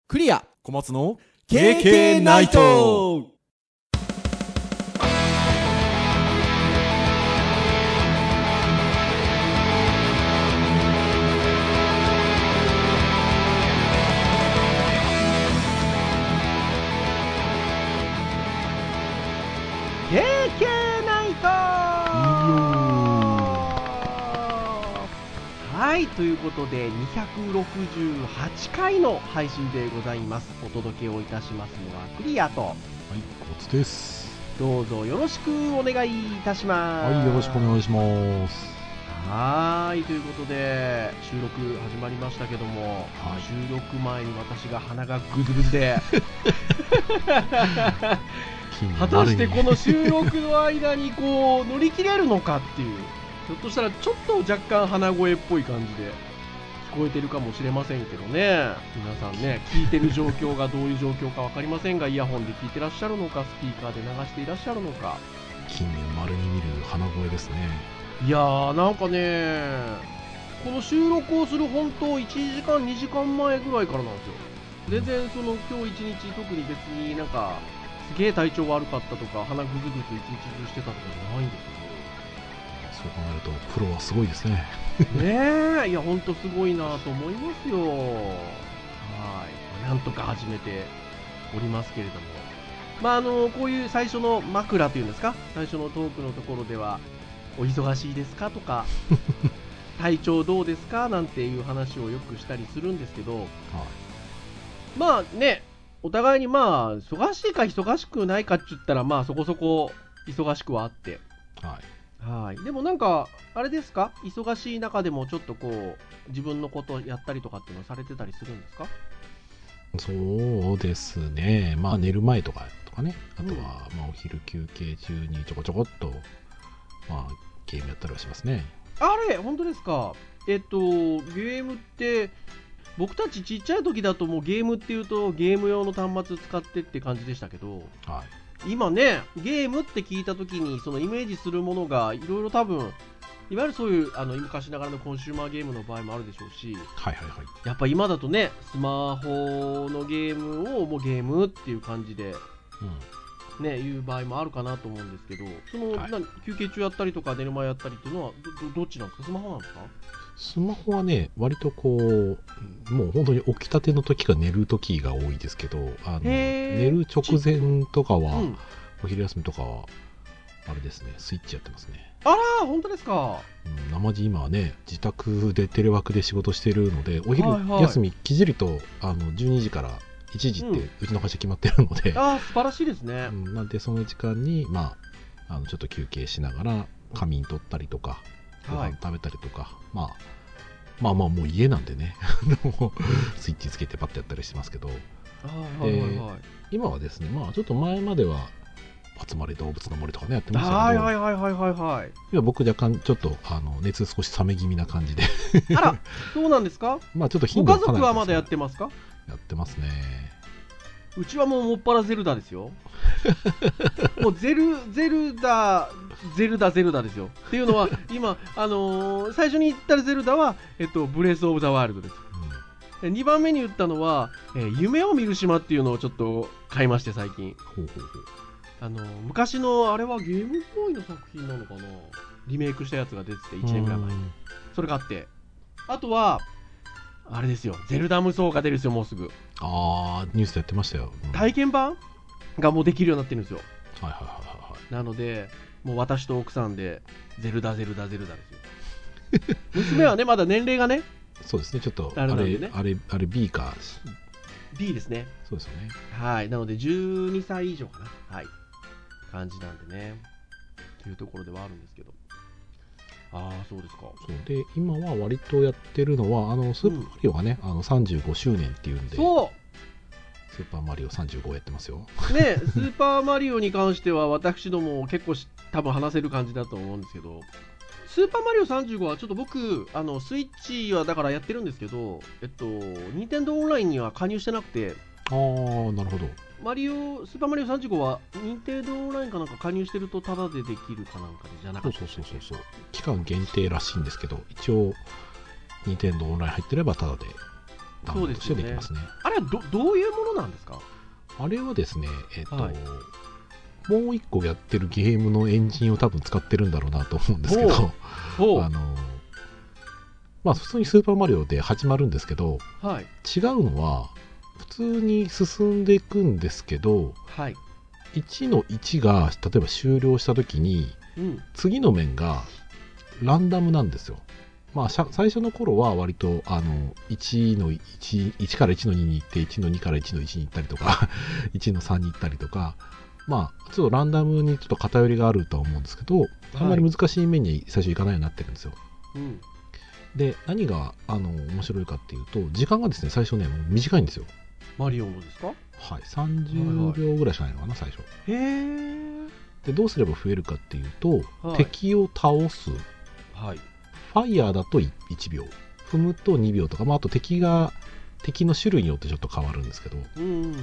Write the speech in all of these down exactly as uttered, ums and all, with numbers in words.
クリア小松のケーケー ナイト。 ケーケー ナイト。はい、ということでにひゃくろくじゅうはちかいの配信でございます。お届けをいたしますのはクリアと、はい、 コツです。 どうぞよろしくお願いいたします。 はい、よろしくお願いします。 はい、ということで収録始まりましたけども、はい、収録前に私が鼻がグズグズで果たしてこの収録の間にこう乗り切れるのかっていう、ひょっとしたらちょっと若干鼻声っぽい感じで聞こえてるかもしれませんけどね。皆さんね、聞いてる状況がどういう状況か分かりませんが、イヤホンで聞いてらっしゃるのか、スピーカーで流していらっしゃるのか。 近年稀に見る鼻声ですね。 いやー、なんかね、この収録をする本当いちじかんにじかんまえぐらいからなんですよ。全然その今日一日特に別になんかすげえ体調悪かったとか鼻ぐずぐず一日中してたとかじゃないんですけど、 そう考えるとプロはすごいですね。 ねえ、いやほんとすごいなと思いますよ。はい、なんとか始めておりますけれども、まああのこういう最初の枕というんですか、最初のトークのところではお忙しいですかとか体調どうですかなんていう話をよくしたりするんですけど、はい、まあね、お互いにまあ忙しいか忙しくないかって言ったらまあそこそこ忙しくはあって、はいはい、でもなんかあれですか、忙しい中でもちょっとこう自分のことをやったりとかっていうのをされてたりするんですか？ そうですね、まあ寝る前とかとかね、あとはまあお昼休憩中にちょこちょこっとまあゲームやったりはしますね。 あれ本当ですか？えっとゲームって僕たちちっちゃい時だともうゲームっていうとゲーム用の端末使ってって感じでしたけど、はい、今ねゲームって聞いた時にそのイメージするものがいろいろ多分いわゆるそういうあの昔ながらのコンシューマーゲームの場合もあるでしょうし、はいはいはい、やっぱ今だとねスマホのゲームをもうゲームっていう感じで、うん、ねいう場合もあるかなと思うんですけど、その、はい、休憩中やったりとか寝る前やったりっていうのは ど, ど, どっちなんですか？スマホなんですか？ スマホはね、割とこう、もう本当に起きたての時か寝る時が多いですけど、あの寝る直前とかは、うん、お昼休みとかは、あれですね、スイッチやってますね。 あら、本当ですか？ うん、生地今はね、自宅でテレワークで仕事してるので、お昼休み、きじりとあのじゅうにじからいちじってうちの会社決まってるので、うん、 あ素晴らしいですね。 うん、なんでその時間に、まあ、あのちょっと休憩しながら仮眠取ったりとか、ご飯食べたりとか、はい、まあまあまあもう家なんでねスイッチつけてパッとやったりしてますけど、はいはいはい、今はですね、まあちょっと前までは集まれ動物の森とかねやってましたけど、はいはいはいはいはいはい、今僕若干ちょっとあの熱少し冷め気味な感じであらそうなんですか？ まあちょっと頻度ご家族はまだやってますか？ やってますね。 うちはもうもっぱらゼルダですよもうゼルゼルダゼルダゼルダですよ。っていうのは今、あのー、最初に言ったゼルダは、えっと、ブレスオブザワールドです、うん、にばんめに言ったのは、えー、夢を見る島っていうのをちょっと買いまして最近。ほうほうほう、あのー、昔のあれはゲームボーイの作品なのかな、リメイクしたやつが出てていちねんぐらい前にそれがあって、あとはあれですよ、ゼルダ無双が出るんですよ、もうすぐ。 あーニュースでやってましたよ、 うん、体験版がもうできるようになってるんですよ。 はいはいはいはい。 なのでもう私と奥さんでゼルダゼルダゼルダですよ娘はねまだ年齢がね、 そうですね、ちょっとあれあれ、ね、あれあれ B か B ですね。 そうですよね。 はい、なのでじゅうにさい以上かな、はい感じなんでねというところではあるんですけど、ああそうですか。 そうで今は割とやってるのはあのスーパーマリオがね、うん、あのさんじゅうごしゅうねんっていうんで、 そうスーパーマリオさんじゅうごやってますよね。スーパーマリオに関しては私ども結構多分話せる感じだと思うんですけど、スーパーマリオさんじゅうごはちょっと僕あのスイッチはだからやってるんですけど、えっと任天堂オンラインには加入してなくて、 ああなるほど、 マリオスーパーマリオさんじゅうごは任天堂オンラインかなんか加入してるとタダでできるかなんかでじゃなかった。 そうそうそうそう、期間限定らしいんですけど、一応任天堂オンライン入ってればタダでダウンロードしてできますね。 あれは ど, どういうものなんですか？ あれはですね、えっと、 はい、 もう一個やってるゲームのエンジンを多分使ってるんだろうなと思うんですけど、あのまあ普通にスーパーマリオで始まるんですけど、 はい、 違うのは普通に進んでいくんですけど、 はい、 いちのいちが例えば終了した時に、うん、次の面がランダムなんですよ。まあ、最初の頃は割とあの 1, の 1, 1からいちのにに行っていちのにからいちのいちに行ったりとかいちのさんに行ったりとか、まあちょっとランダムにちょっと偏りがあるとは思うんですけど、あんまり難しい面に最初行かないようになってるんですよ。うん、で何があの面白いかっていうと、時間がですね最初ねもう短いんですよ。 マリオのですか？ はい、さんじゅうびょうぐらいしかないのかな最初。 へー。 でどうすれば増えるかっていうと、はい、敵を倒す、はい、ファイヤーだといちびょう、踏むとにびょうとか、まあ、あと敵が敵の種類によってちょっと変わるんですけど、うん、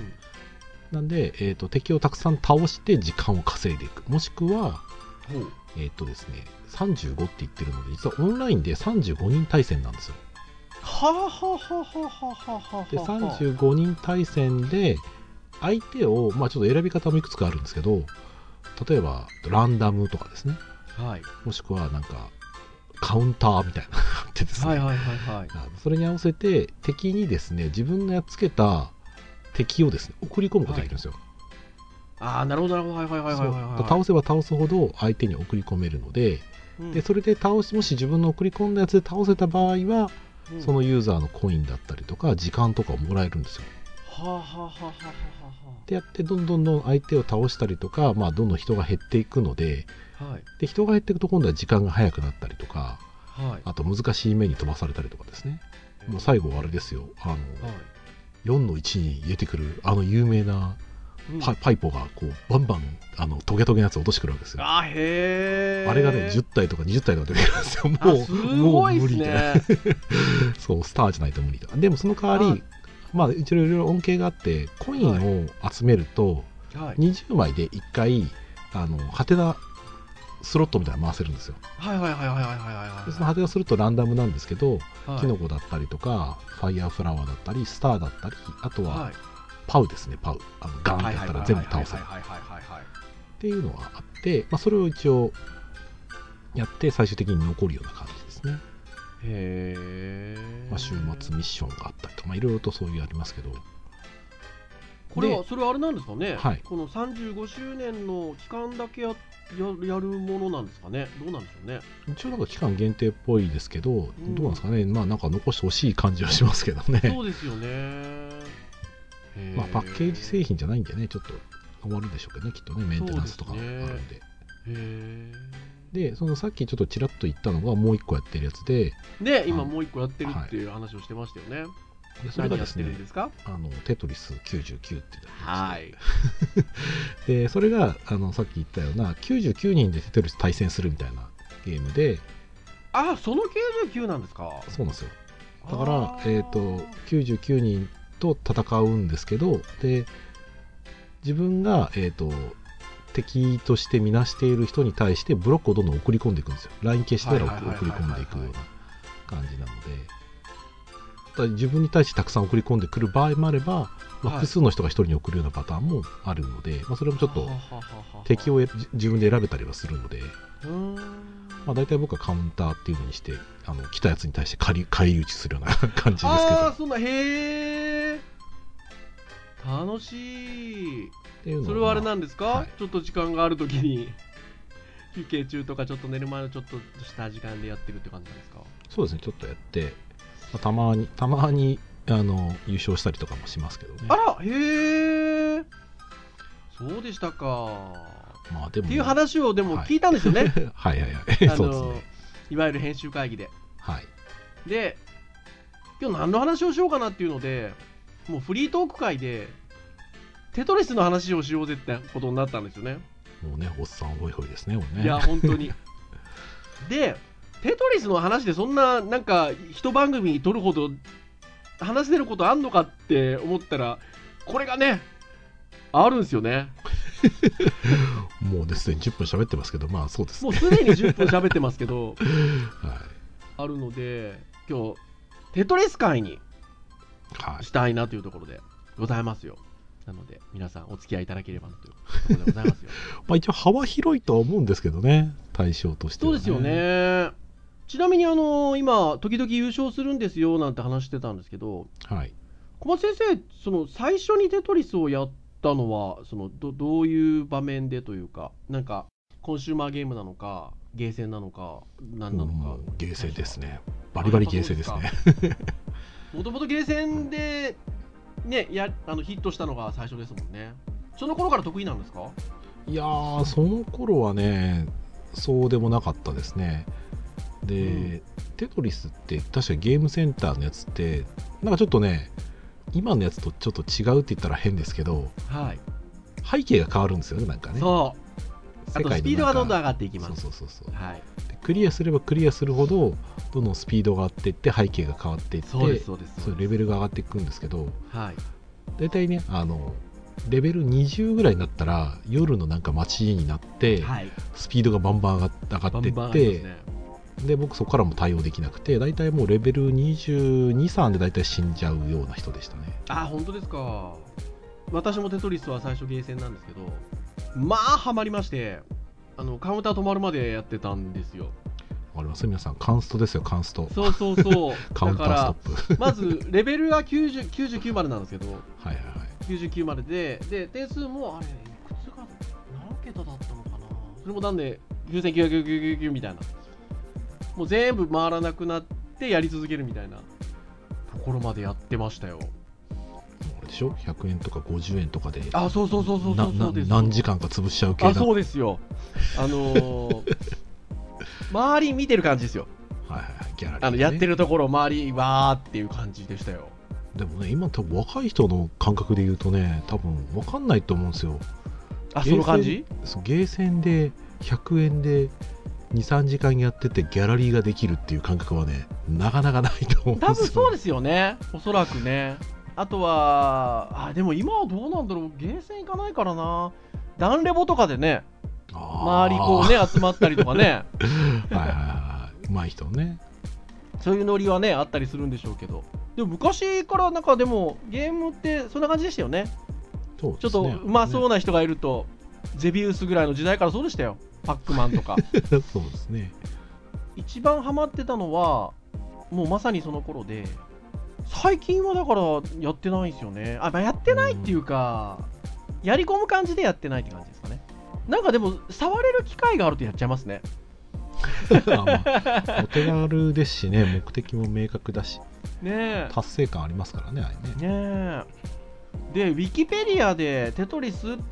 なんで、えーと、敵をたくさん倒して時間を稼いでいく、もしくは、うん、えっとですねさんじゅうごって言ってるので、実はオンラインでさんじゅうごにん対戦なんですよ。 はあはあはあはあはあはあ。 でさんじゅうごにん対戦で相手を、まあ、ちょっと選び方もいくつかあるんですけど、例えばランダムとかですね、はい、もしくはなんかカウンターみたいなのがあってですね、はいはいはいはい、それに合わせて敵にですね自分のやっつけた敵をですね送り込むことができるんですよ。 はい、ああなるほどなるほど、はいはいはいはい、はい、 倒せば倒すほど相手に送り込めるので、うん、でそれで倒しもし自分の送り込んだやつで倒せた場合は、うん、そのユーザーのコインだったりとか時間とかをもらえるんですよ。はあはあはあはあはあ。でやってどんどんどん相手を倒したりとか、まあ、どんどん人が減っていくので、はい、で人が減っていくと今度は時間が早くなったりとか、はい、あと難しい目に飛ばされたりとかですね、えー、もう最後はあれですよ、あの、はい、よんのいちに入れてくるあの有名な パ,、うん、パイポがこうバンバンあのトゲトゲのやつを落としてくるわけですよ。 あへー、 あれがねじゅったいとかにじゅったいとか出てくるんですよ。もうすごいっすね。 そうスターじゃないと無理だ。でもその代わりまあ、一応いろいろ恩恵があって、コインを集めるとにじゅうまいでいっかいあのハテナスロットみたいなの回せるんですよ。はいはいはいはいはいはい。そのハテナするとランダムなんですけど、はい、キノコだったりとかファイヤーフラワーだったりスターだったり、あとはパウですね、パウあのガーンってやったら全部倒せるっていうのがあって、まあ、それを一応やって最終的に残るような感じですね。へー、まあ、週末ミッションがあったりとか、まあ、いろいろとそういうありますけど、 これはそれはあれなんですかね、はい、このさんじゅうごしゅうねんの期間だけ や, や, やるものなんですかね、どうなんでしょうね。 一応なんか期間限定っぽいですけど、うん、どうなんですかね、まあなんか残してほしい感じはしますけどね。 そうですよね。 まあパッケージ製品じゃないんでね、ちょっと終わるでしょうけどね、きっとね、メンテナンスとかあるんで。へー、でそのさっきちょっとちらっと言ったのがもう一個やってるやつで、 で今もう一個やってるっていう話をしてましたよね。はい、 でそれがですね、 何やってるんですか？ あのテトリスきゅうじゅうきゅうって言ったんですけど、はい、でそれがあのさっき言ったようなきゅうじゅうきゅうにんでテトリス対戦するみたいなゲームで、 あそのきゅうじゅうきゅうなんですか？ そうなんですよ。だから、えーと、きゅうじゅうきゅうにんと戦うんですけど、で自分が、えーと敵として見なしている人に対してブロックをどんどん送り込んでいくんですよ。ライン消したら送り込んでいくような感じなので、だ自分に対してたくさん送り込んでくる場合もあれば、まあ、複数の人が一人に送るようなパターンもあるので、まあ、それもちょっと敵を自分で選べたりはするので、まあ、大体僕はカウンターっていうのにして、あの来たやつに対して返り討ちするような感じですけど。 ああそんな、へえ楽しい。それはあれなんですか、はい、ちょっと時間があるときに休憩中とかちょっと寝る前のちょっとした時間でやってるって感じなんですか？そうですね、ちょっとやって、まあ、たまにたまにあの優勝したりとかもしますけどね。 あらへえそうでしたか。まあでもっていう話をでも聞いたんですよね。 はい、はいはいはいそうですね、いわゆる編集会議で。はい。で今日何の話をしようかなっていうので、もうフリートーク会でテトリスの話をしようぜってことになったんですよね。 もうね、おっさんホイホイですね、もうね。 いや本当に。でテトリスの話でそんななんか一番組に撮るほど話せることあんのかって思ったら、これがねあるんですよね。 もうですねじゅっぷん喋ってますけど、まあそうですね、 もうすでにじゅっぷん喋ってますけど、はい、あるので今日テトリス界にはい、 したいなというところでございますよ。なので皆さんお付き合いいただければというところでございますよ。 まあ一応幅広いとは思うんですけどね、対象としては、ね、 そうですよね。ちなみにあの今時々優勝するんですよなんて話してたんですけど、 はい、 小松先生、その最初にテトリスをやったのはその ど, どういう場面でというか、なんかコンシューマーゲームなのかゲーセンなのか何なのか。 ゲーセンですね。バリバリゲーセンですね。 もともとゲーセンでね、やあのヒットしたのが最初ですもんね。その頃から得意なんですか？ いやー、その頃はね、そうでもなかったですね。で、うん、テトリスって確かゲームセンターのやつってなんかちょっとね、今のやつとちょっと違うって言ったら変ですけど、 はい、 背景が変わるんですよね、なんかね。 そう、あとスピードがどんどん上がっていきます。 そうそうそうそう、 はい、 でクリアすればクリアするほどどんどんスピードが上がっていって背景が変わっていって、 そうですそうです、 そういうレベルが上がっていくんですけど、 はい、 だいたいね、あのレベルにじゅうぐらいになったら夜のなんか街になって、はい、スピードがバンバン上が上がっていって、バンバンね、で僕そこからも対応できなくて、だいたいもうレベルにじゅうに、さんでだいたい死んじゃうような人でしたね。 あ、本当ですか。私もテトリスは最初ゲーセンなんですけど、まあハマりまして、あのカウンター止まるまでやってたんですよ。 わかります？皆さんカンストですよ、カンスト。 そうそうそうカウンターストップ。まずレベルがきゅうじゅう、きゅうじゅうきゅうまでなんですけど、 はいはいはい、 きゅうじゅうきゅうまでで、で点数もあれいくつが何桁だったのかな。それもなんできゅうせんきゅうひゃくきゅうじゅうきゅうみたいな、もう全部回らなくなってやり続けるみたいなところまでやってましたよ。 あれでしょ、ひゃくえんとかごじゅうえんとかで、 あ、そうそうそうそうそうそうです。 何時間か潰しちゃう系だ。 あ、そうですよ。あのー、周り見てる感じですよ。 はいはい、ギャラリー、ね、 あのやってるところ周りわーっていう感じでしたよ。 でもね、今多分若い人の感覚で言うとね、多分分かんないと思うんですよ。 あ、その感じ？ ゲーセンでひゃくえんでに、さんじかんやっててギャラリーができるっていう感覚はね、なかなかないと思うんですよ。 多分そうですよね、おそらくね。あとはあ、でも今はどうなんだろう、ゲーセン行かないからな。ダンレボとかでね、周りこうね集まったりとかねはいはいはい、上手い人ね、 そういうノリはねあったりするんでしょうけど、でも昔からなんかでもゲームってそんな感じでしたよね。 そうですね、 ちょっとうまそうな人がいると、ね、ゼビウスぐらいの時代からそうでしたよ。パックマンとかそうですね。 一番ハマってたのはもうまさにその頃で、最近はだからやってないんですよね。あ、まあ、やってないっていうか、うん、やり込む感じでやってないって感じですかね。なんかでも触れる機会があるとやっちゃいますねあ、まあ、お手軽ですしね、目的も明確だし、 ね、 達成感ありますからね、あれね。 ねで、ウィキペディアでテトリスって、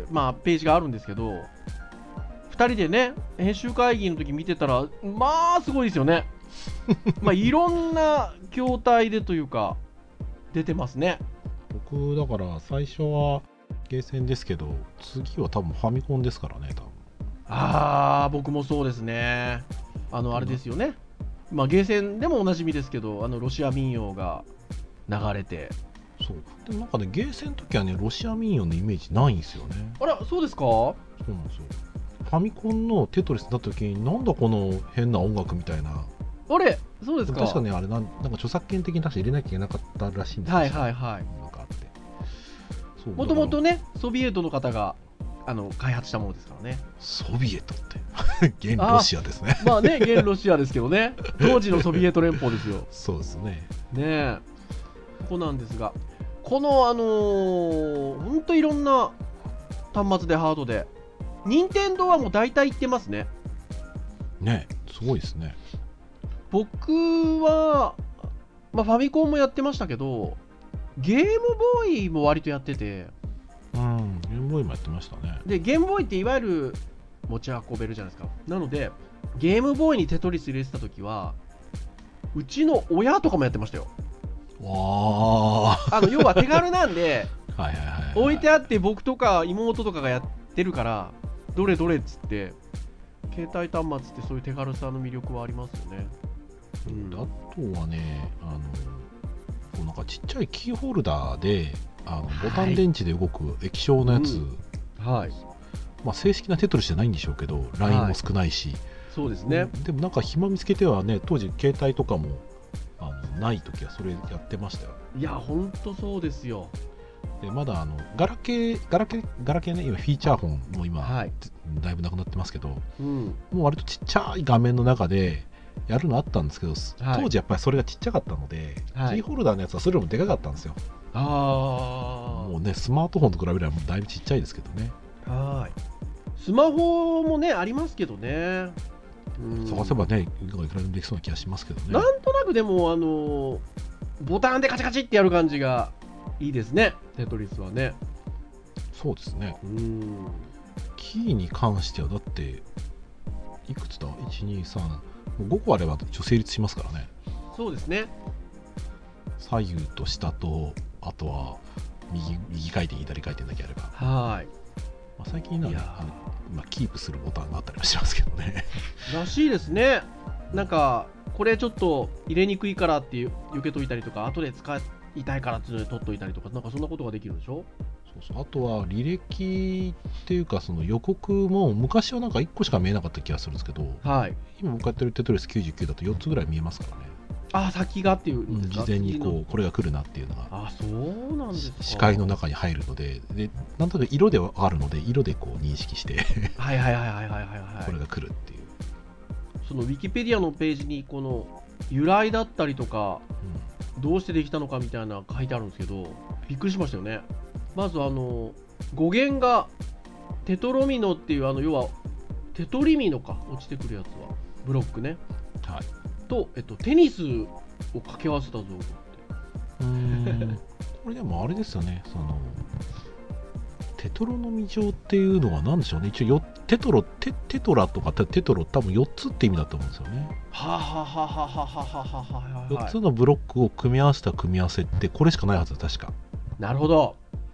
まあ、ページがあるんですけど、ふたりでね編集会議の時見てたら、まあすごいですよねまあいろんな筐体でというか出てますね。 僕だから最初はゲーセンですけど、次は多分ファミコンですからね、多分。 ああ、僕もそうですね。あのあれですよね、まあゲーセンでもおなじみですけど、あのロシア民謡が流れて。 そうでもなんかね、ゲーセンの時はね、ロシア民謡のイメージないんですよね。 あら、そうですか？ そうなんですよ。ファミコンのテトリスだった時に、なんだこの変な音楽みたいな。 あれ、そうですか？ 確かね、あれなん、なんか著作権的に確か入れなきゃいけなかったらしいんですよ。 はいはいはい。 なんかあって。 もともとね、ソビエトの方があの開発したものですからね。 ソビエトって現ロシアですね。 まあね、現ロシアですけどね、当時のソビエト連邦ですよ。 そうですね。 ねえ、ここなんですが、このあのー、ほんといろんな端末でハードで、任天堂はもう大体いってますね。 ね、すごいですね。 僕は、まあ、ファミコンもやってましたけど、ゲームボーイも割とやってて。 うん、ゲームボーイもやってましたね。 で、ゲームボーイっていわゆる持ち運べるじゃないですか。なのでゲームボーイにテトリス入れてた時は、うちの親とかもやってましたよ。 わー、 あの要は手軽なんではいはいはい、はい、 置いてあって、僕とか妹とかがやってるから、どれどれっつって、携帯端末ってそういう手軽さの魅力はありますよね。 うん、あとはね、あのこうなんかちっちゃいキーホルダーで、あのボタン電池で動く液晶のやつ、 うん、はい、 まあ、正式なテトリスじゃないんでしょうけど、ラインも少ないし、はい、 そうですね。 でもなんか暇見つけてはね、当時携帯とかもあのない時はそれやってましたよ。 いやほんとそうですよ。 でまだあのガラケーガラケーガラケーね、今フィーチャーフォンも今、 はい、 だいぶなくなってますけど、 うん、 もう割とちっちゃい画面の中でやるのあったんですけど、はい、当時やっぱりそれがちっちゃかったので、はい、キーホルダーのやつはそれよりもでかかったんですよ。あもうねスマートフォンと比べればだいぶちっちゃいですけどね。 はいスマホもねありますけどね、 うん、探せばねいくらでもできそうな気がしますけどね。 なんとなくでもあのボタンでカチカチってやる感じがいいですね、テトリスはね。 そうですね。 うんキーに関してはだっていくつだ いちにさんごこあれば一応成立しますからね。そうですね。左右と下とあとは 右, 右回転左回転だけあれば。はい、まあ、最近はねあの、まあ、キープするボタンがあったりはしますけどねらしいですね。なんかこれちょっと入れにくいからって避けといたりとか、後で使いたいからっていうので取っといたりとか、なんかそんなことができるんでしょ。 そうそう。あとは履歴っていうかその予告も昔はなんかいっこしか見えなかった気がするんですけど、はい、今僕やってるテトリスきゅうじゅうきゅうだとよっつぐらい見えますからね。あ先がっていう、うん、事前にこうこれが来るなっていうのがあそうなんですか視界の中に入るので、でなんとなく色で分かるので色でこう認識してはいはいはいはいはいはいはいこれが来るっていう。 そのウィキペディアのページにこの由来だったりとか、うん、どうしてできたのかみたいな書いてあるんですけど、びっくりしましたよね。まずあの語源がテトロミノっていうあの要はテトリミノか落ちてくるやつはブロックね、はい、と、えっと、テニスを掛け合わせた造語ってうーんこれでもあれですよね、そのテトロノミ状っていうのは何でしょうね。一応よテトロ テ, テトラとかテトロ多分よっつって意味だと思うんですよね。ははははははははよっつのブロックを組み合わせた組み合わせってこれしかないはずだ確か。 なるほど、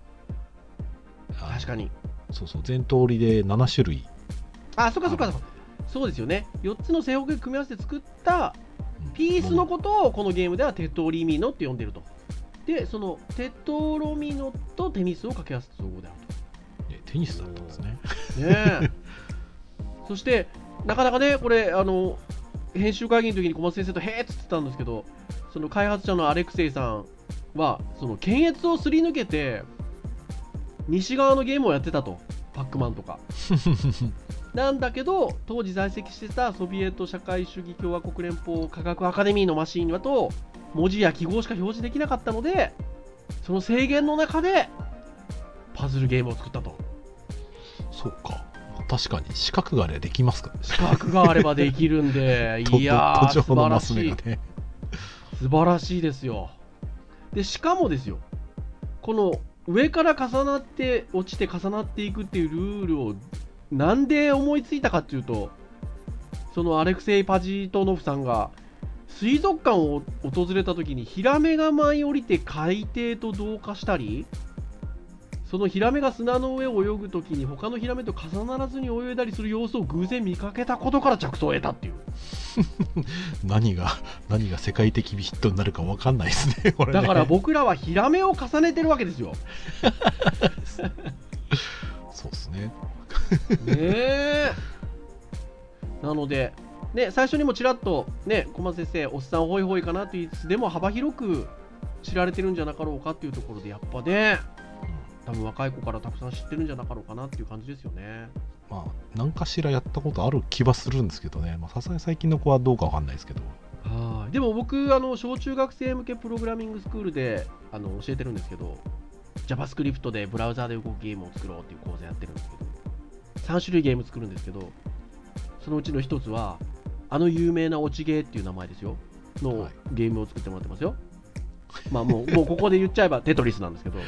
確かにそうそう全通りでなな種類。 あそっかそっかそっかそうですよね。よっつの正方形組み合わせて作ったピースのことをこのゲームではテトリミノって呼んでると。でそのテトロミノとテニスを掛け合わせた造語であると。 テニスだったんですね。 ねそしてなかなかねこれあの編集会議の時に小松先生とへーっつってたんですけど、その開発者のアレクセイさんはその検閲をすり抜けて西側のゲームをやってたと、パックマンとかなんだけど当時在籍してたソビエト社会主義共和国連邦科学アカデミーのマシンだと文字や記号しか表示できなかったので、その制限の中でパズルゲームを作ったと。 そうか、確かに四角があればできますか。 四角があればできるんでいやー素晴らしい、ね、素晴らしいですよ。でしかもですよ、この上から重なって落ちて重なっていくっていうルールをなんで思いついたかっていうと、そのアレクセイ・パジトノフさんが水族館を訪れた時にヒラメが舞い降りて海底と同化したり、そのヒラメが砂の上を泳ぐ時に他のヒラメと重ならずに泳いだりする様子を偶然見かけたことから着想を得たっていう何が何が世界的ヒットになるか分かんないですね、これね。 だから僕らはヒラメを重ねてるわけですよそうですねねえなので、ね、最初にもちらっと、ね、小松先生おっさんホイホイかなと言いつつでも幅広く知られてるんじゃなかろうかっていうところで、やっぱね多分若い子からたくさん知ってるんじゃなかろうかなっていう感じですよね。 まあ何かしらやったことある気はするんですけどね、さすがに最近の子はどうかわかんないですけど。 はい、でも僕あの小中学生向けプログラミングスクールであの教えてるんですけど、 JavaScript でブラウザーで動くゲームを作ろうっていう講座やってるんですけど、さん種類ゲーム作るんですけど、そのうちのひとつはあの有名な落ちゲーっていう名前ですよのゲームを作ってもらってますよ。まあもう、もうここで言っちゃえばテトリスなんですけど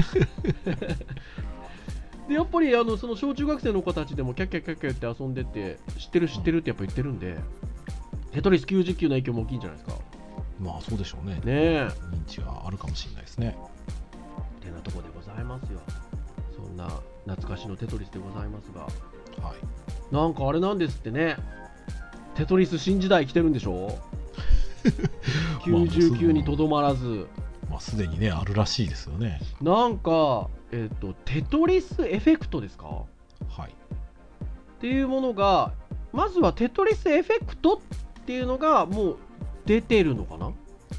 でやっぱりあのその小中学生の子たちでもキャッキャッキャッキャッって遊んでて知ってる知ってるってやっぱ言ってるんで、テトリスきゅうじゅうきゅうの影響も大きいんじゃないですか。 まあそうでしょうね。ねえ認知があるかもしれないですね。 てなとこでございますよ。そんな懐かしのテトリスでございますが、はい、なんかあれなんですってね、テトリス新時代来てるんでしょきゅうじゅうきゅうにとどまらず、 まあ、すでにねあるらしいですよね。 なんか、えーと、テトリスエフェクトですか、はい、っていうものがまずはテトリスエフェクトっていうのがもう出てるのかな。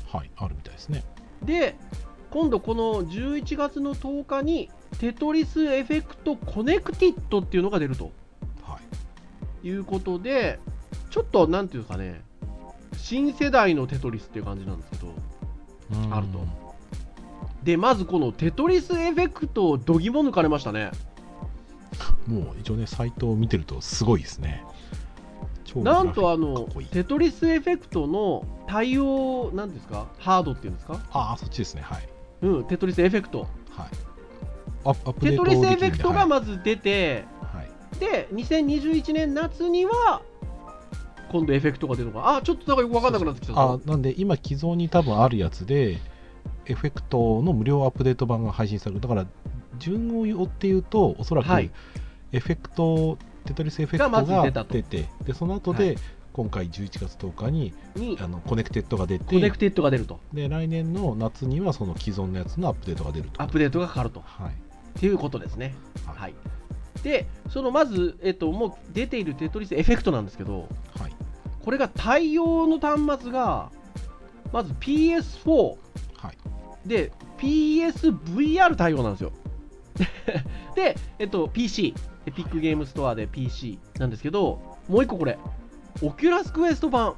はいあるみたいですね。 で今度このじゅういちがつのとおかにテトリスエフェクトコネクティッドっていうのが出ると、はい、いうことでちょっとなんていうかね新世代のテトリスっていう感じなんですけどあると。でまずこのテトリスエフェクトをどぎも抜かれましたね。 もう一応ねサイトを見てるとすごいですね。 なんとあのテトリスエフェクトの対応なんですかハードっていうんですか。 ああそっちですね。はい、 うん、テトリスエフェクト、 はい、アップデートテトリスエフェクトがまず出て、はい、でにせんにじゅういちねん夏には今度エフェクトが出るのか。あちょっとなんかよく分かんなくなってきた。 あなんで今既存に多分あるやつでエフェクトの無料アップデート版が配信される。だから順を追っていうとおそらく、はい、エフェクトテトリスエフェクトが出てでその後で、はい、今回じゅういちがつとおかにあのコネクテッドが出てコネクテッドが出ると。 で来年の夏にはその既存のやつのアップデートが出ると。 アップデートがかかると、はい、っていうことですね。はい、はい、でそのまず、えっと、もう出ているテトリスエフェクトなんですけど、はい、これが対応の端末がまず ピーエスフォー、はい、で ピーエスブイアール 対応なんですよで、えっと、ピーシーエピックゲームストアで ピーシー なんですけど、もう一個これオキュラスクエスト版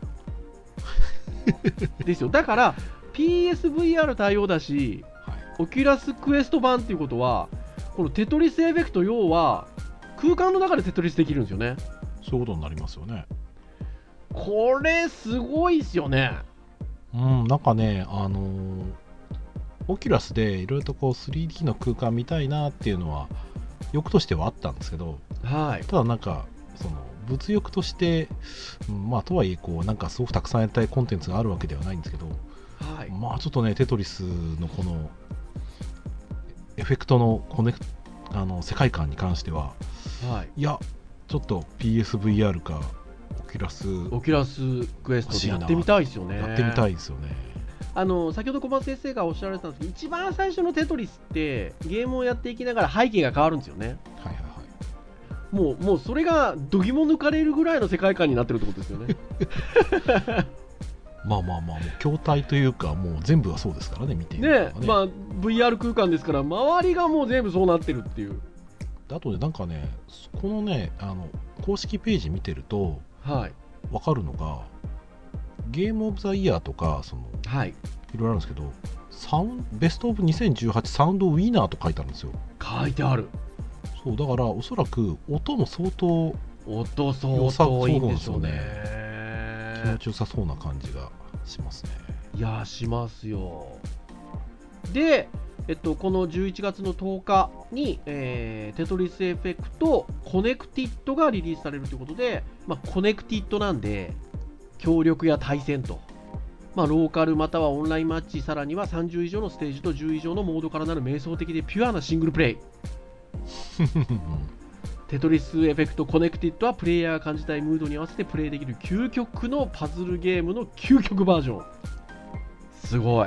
ですよ。だから ピーエスブイアール 対応だし、はい、オキュラスクエスト版っていうことはこのテトリスエフェクト要は空間の中でテトリスできるんですよね。 そういうことになりますよね。 これすごいですよね。 うんなんかねあのー、オキュラスでいろいろとこう スリーディー の空間見たいなっていうのは欲としてはあったんですけど、はい、ただなんかその物欲として、うん、まあとはいえこうなんかすごくたくさんやりたいコンテンツがあるわけではないんですけど、はい、まあちょっとねテトリスのこのエフェクトのコネクあの世界観に関しては、はい、いやちょっと ピーエスブイアール かオキュラスオキュラスクエストでやってみたいですよね。 やってみたいですよね。 あの先ほど小松先生がおっしゃられてたんですけど、一番最初のテトリスってゲームをやっていきながら背景が変わるんですよね。はいはいはい。もうもうそれがどぎも抜かれるぐらいの世界観になってるってことですよね。 まあまあまあもう筐体というかもう全部はそうですからね見ているね。ねまあ ブイアール 空間ですから周りがもう全部そうなってるっていう。 あとでなんかねこのねあの公式ページ見てると、はい、分かるのがゲームオブザイヤーとかその、はい、いろいろあるんですけどサウンベストオブにせんじゅうはちサウンドウィナーと書いてあるんですよ。 書いてある。 そうだからおそらく音も相当音相当いいんでしょうね。 気持ちよさそうな感じがしますね。 いやしますよ。で、えっと、このじゅういちがつのとおかに、えー、テトリスエフェクトコネクティッドがリリースされるということで、まあ、コネクティッドなんで協力や対戦と、まあ、ローカルまたはオンラインマッチ、さらにはさんじゅう以上のステージとじゅう以上のモードからなる瞑想的でピュアなシングルプレイテトリスエフェクトコネクティッドはプレイヤーが感じたいムードに合わせてプレイできる究極のパズルゲームの究極バージョン。すごい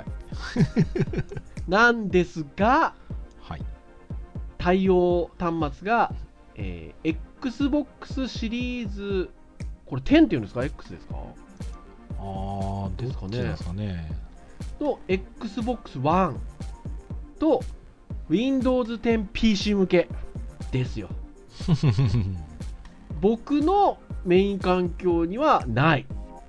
なんですが、はい、対応端末が、えー、Xbox シリーズこれじゅうっていうんですか X ですか。 ああどっちですかね。 と エックスボックスワン と ウィンドウズテンピーシー 向けですよ僕のメイン環境にはない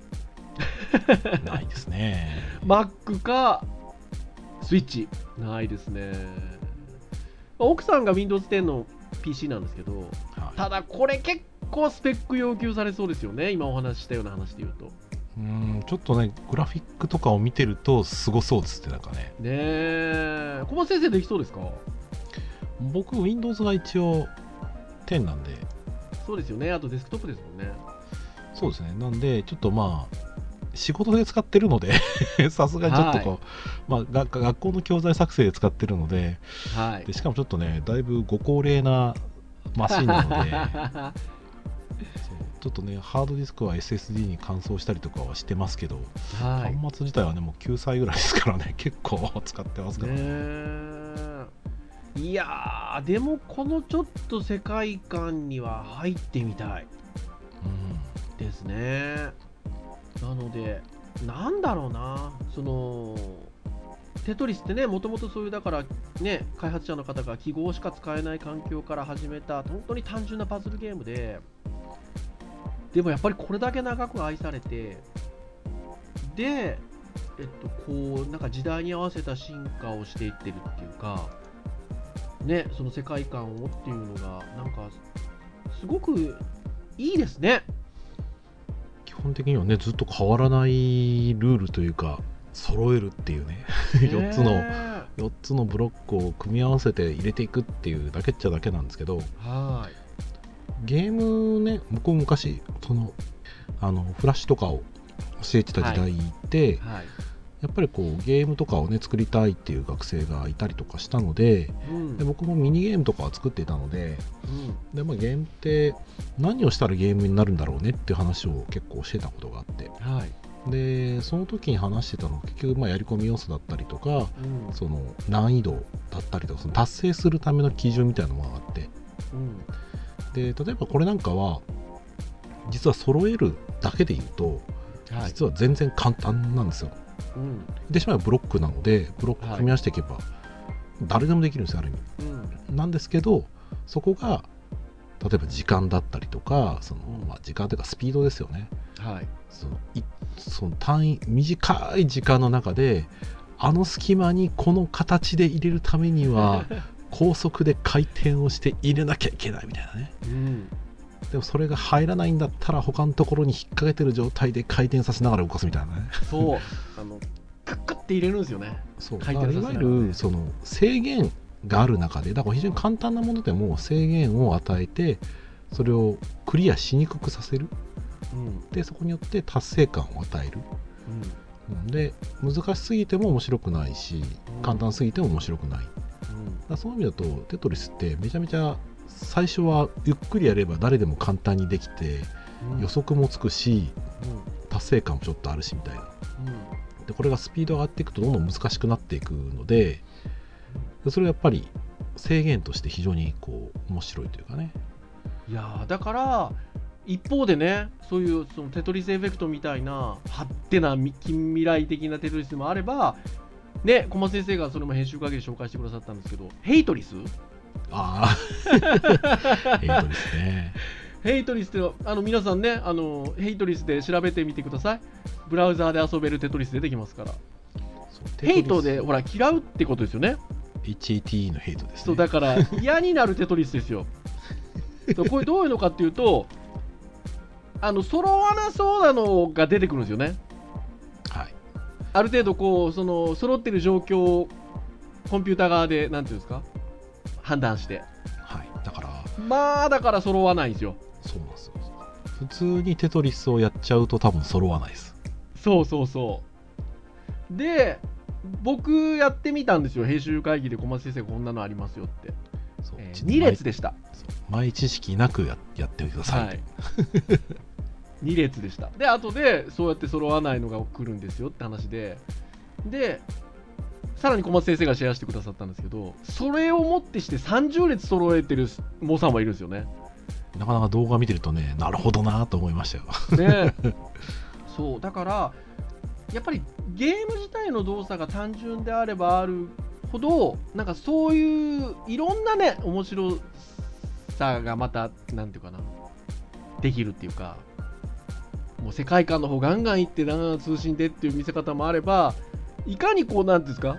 ないですね Mac かスイッチないですね。奥さんが ウィンドウズテン の ピーシー なんですけど、はい、ただこれ結構スペック要求されそうですよね。今お話ししたような話で言うとうーんちょっとねグラフィックとかを見てるとすごそうですってなんかね。 ねえ小松先生できそうですか。 僕 Windows が一応じゅうなんで。 そうですよね。あとデスクトップですもんね。 そうですね。なんでちょっとまあ仕事で使ってるのでさすがにちょっとこう、はい、まあ、が学校の教材作成で使ってるので、はい、でしかもちょっとねだいぶご高齢なマシンなのでそうちょっとねハードディスクは エスエスディー に換装したりとかはしてますけど、はい、端末自体はねもうきゅうさいぐらいですからね結構使ってますからね。 いやーでもこのちょっと世界観には入ってみたい、うん、ですね。なのでなんだろうな、そのテトリスってね、もともとそういうだからね、開発者の方が記号しか使えない環境から始めた本当に単純なパズルゲームで、でもやっぱりこれだけ長く愛されて、で、えっとこうなんか時代に合わせた進化をしていってるっていうか、ね、その世界観をっていうのがなんかすごくいいですね。 基本的にはねずっと変わらないルールというか、揃えるっていうねよっつのよっつのブロックを組み合わせて入れていくっていうだけっちゃだけなんですけど、 はい、 ゲームね、僕も昔そのあのフラッシュとかを教えてた時代って、はいはい、やっぱりこうゲームとかをね作りたいっていう学生がいたりとかしたので、うん、で僕もミニゲームとかは作っていたので、うん、でまあ、ゲームって何をしたらゲームになるんだろうねっていう話を結構してたことがあって、はい、でその時に話してたのは結局まあやり込み要素だったりとか、うん、その難易度だったりとか、その達成するための基準みたいなものがあって、うん、で例えばこれなんかは実は揃えるだけで言うと、はい、実は全然簡単なんですよ。うん、言ってしまえばブロックなのでブロック組み合わせていけば誰でもできるんですよ、ある意味、うん、なんですけど、そこが例えば時間だったりとか、その、まあ、時間というかスピードですよね、はい、そのいその単位短い時間の中であの隙間にこの形で入れるためには高速で回転をして入れなきゃいけないみたいなね、うん、でもそれが入らないんだったら他のところに引っ掛けてる状態で回転させながら動かすみたいなね。そうあのクックって入れるんですよね。 そう回転させながら、ね、いわゆるその制限がある中で、だから非常に簡単なものでも制限を与えてそれをクリアしにくくさせる、うん、でそこによって達成感を与える、うん、で難しすぎても面白くないし、うん、簡単すぎても面白くない、うん、だそういう意味だとテトリスってめちゃめちゃ最初はゆっくりやれば誰でも簡単にできて、うん、予測もつくし、うん、達成感もちょっとあるしみたいな、うん、でこれがスピードが上がっていくとどんどん難しくなっていくので、でそれはやっぱり制限として非常にこう面白いというかね。 いやだから一方でね、そういうそのテトリスエフェクトみたいな派手な近未来的なテトリスもあればね、小松先生がそれも編集会議で紹介してくださったんですけど、ヘイトリスああヘイトリスね。 ヘイトリスってあの皆さんね、あのヘイトリスで調べてみてください。ブラウザーで遊べるテトリス出てきますから。ヘイトでほら嫌うってことですよね。 エイチエーティー のヘイトですね。 そうだから嫌になるテトリスですよ。これどういうのかっていうと、あの揃わなそうなのが出てくるんですよね。はい。ある程度こうその揃ってる状況をコンピューター側でなんていうんですか、判断して。 はい。だからまあだから揃わないんですよ。 そうなんですよ。普通にテトリスをやっちゃうと多分揃わないです。 そうそうそう。で、僕やってみたんですよ。編集会議で小松先生こんなのありますよって。そう、えー、に列でした。 前知識なく や, やってみてください、はい、 に列でした。で後でそうやって揃わないのが来るんですよって話で、でさらに小松先生がシェアしてくださったんですけど、それをもってしてさんじゅう列揃えてる猛さんもいるんですよね。 なかなか動画見てるとね、なるほどなと思いましたよね。そうだからやっぱりゲーム自体の動作が単純であればあるほど、なんかそういういろんなね面白さがまたなんていうかな、できるっていうか、もう世界観の方ガンガンいってな通信でっていう見せ方もあれば、いかにこうなんていうんですか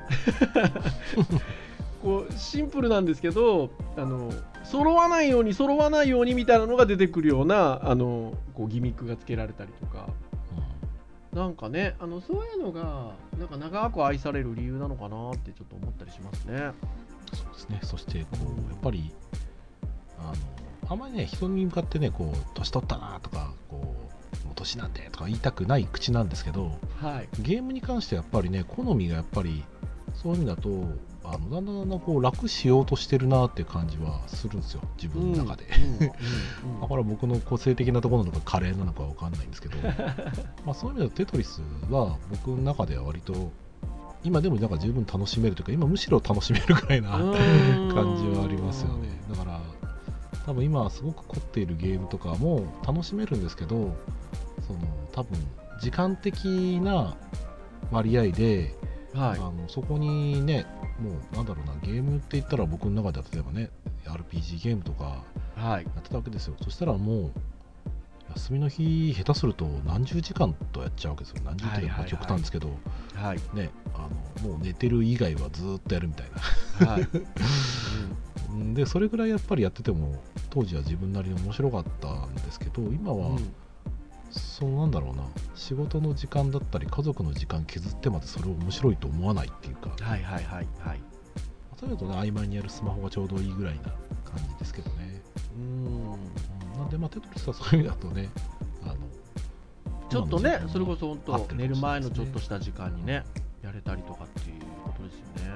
こうシンプルなんですけど、あの揃わないように揃わないようにみたいなのが出てくるようなあのこうギミックがつけられたりとか、なんかね、あのそういうのがなんか長く愛される理由なのかなってちょっと思ったりしますね。 そうですね。そしてこうやっぱりあのあんまりね人に向かってねこう年取ったなとかこうもう年なんてとか言いたくない口なんですけど、はい、ゲームに関してやっぱりね好みがやっぱりそういう意味だとあのだんだんだんだんこう楽しようとしてるなっていう感じはするんですよ、自分の中で、うんうんうんうん、だから僕の個性的なところなのかカレーなのかわかんないんですけどまあそういう意味だとテトリスは僕の中では割と今でもなんか十分楽しめるというか、今むしろ楽しめるくらいな感じはありますよね。だから多分今すごく凝っているゲームとかも楽しめるんですけど、その多分時間的な割合で、 はい、 あのそこにね、もうなんだろうな、ゲームって言ったら僕の中では例えばね アールピージー ゲームとかやってたわけですよ、はい、そしたらもう休みの日下手すると何十時間とやっちゃうわけですよ。何十っていうか極端ですけど、 はいね、あのもう寝てる以外はずっとやるみたいな、はいうん、でそれぐらいやっぱりやってても当時は自分なりに面白かったんですけど、今は、うん、そうなんだろうな、仕事の時間だったり家族の時間削ってまでそれを面白いと思わないっていうか、 はいはいはいはい、 そういうとね、合間にやるスマホがちょうどいいぐらいな感じですけどね。うーん、なんでまあテトリスはそういう意味だとね、あのちょっとね、それこそ本当寝る前のちょっとした時間にね、やれたりとかっていうことですよね。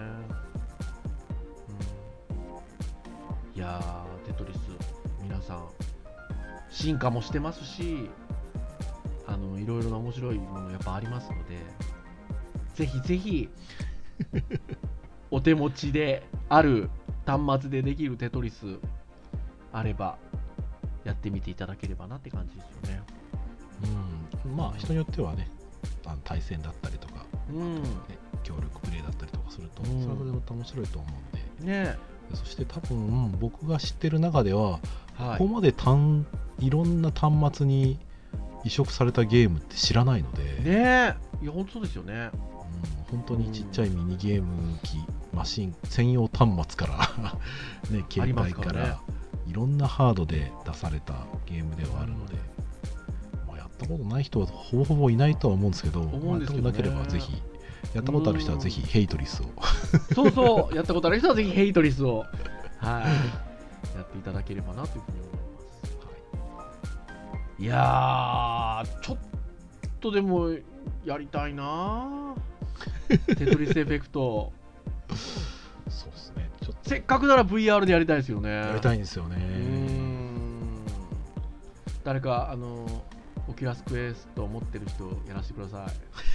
うん、いやー、テトリス皆さん進化もしてますし、あのいろいろな面白いものやっぱありますので、ぜひぜひお手持ちである端末でできるテトリスあればやってみていただければなって感じですよね。 うん、まあ人によってはね、あの対戦だったりとか、 うんね、協力プレイだったりとかすると、うん、それはそれでまた面白いと思うんで、 ね、 そして多分、うん、僕が知ってる中では、 はい、 ここまで単いろんな端末に移植されたゲームって知らないので、 ね、いや本当そうですよね。 うん、本当にちっちゃいミニゲーム機、うん、マシン専用端末から、ね、携帯から、ね、いろんなハードで出されたゲームではあるので、うん、まあ、やったことない人はほぼほぼいないとは思うんですけど、 思うんですけどね、 まあ、やったことなければぜひ、やったことある人はぜひヘイトリスを、 そうそう、やったことある人はぜひヘイトリスを、はい、やっていただければなというふうに思います。はい、いやー、ちょっとでもやりたいなテトリスエフェクト。 そうですね、ちょっとせっかくなら ブイアール でやりたいですよね。 やりたいんですよね。うーん、誰かあのオキュラスクエスト持ってる人やらせてくださ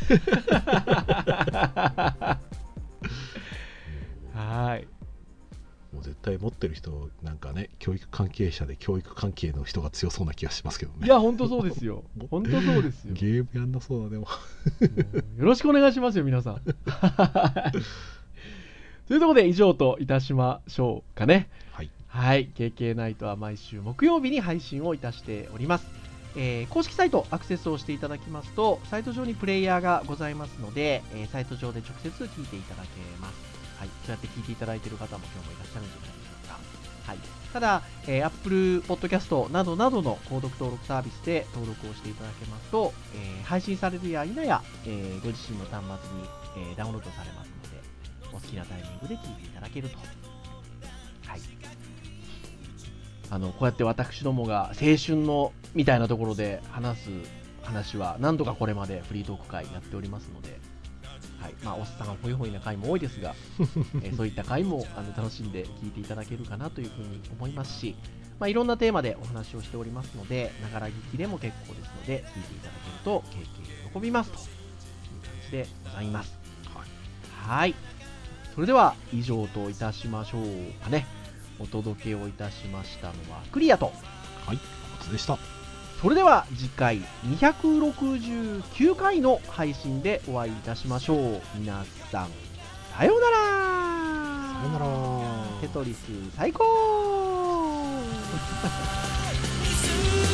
い。はい。 もう絶対持ってる人なんかね、教育関係者で教育関係の人が強そうな気がしますけどね。 いや本当そうですよ。本当そうですよ。 ゲームやんなそうだでも。 よろしくお願いしますよ皆さん。というところで以上といたしましょうかね。 はい。 はい。ケーケー ナイトは毎週木曜日に配信をいたしております。えー、公式サイトアクセスをしていただきますと、サイト上にプレイヤーがございますので、えー、サイト上で直接聞いていただけます。はい、そうやって聞いていただいている方も今日もいらっしゃるんじゃないでしょうか。はい、ただ、えー、Apple Podcast などなどの購読登録サービスで登録をしていただけますと、えー、配信されるや否や、えー、ご自身の端末に、えー、ダウンロードされますので、お好きなタイミングで聞いていただけると。はい、あのこうやって私どもが青春のみたいなところで話す話は何度かこれまでフリートーク会やっておりますので、はい、まあおっさんホイホイな回も多いですが、えー、そういった回もあの楽しんで聞いていただけるかなというふうに思いますし、まあ、いろんなテーマでお話をしておりますので、ながら聞きでも結構ですので聞いていただけると経験喜びますという感じでございます。はい、はい、それでは以上といたしましょうかね。お届けをいたしましたのはクリアと、 はい、お松でした。 それでは次回にひゃくろくじゅうきゅうかいの配信でお会いいたしましょう。皆さんさようなら。 さようなら。 テトリス最高。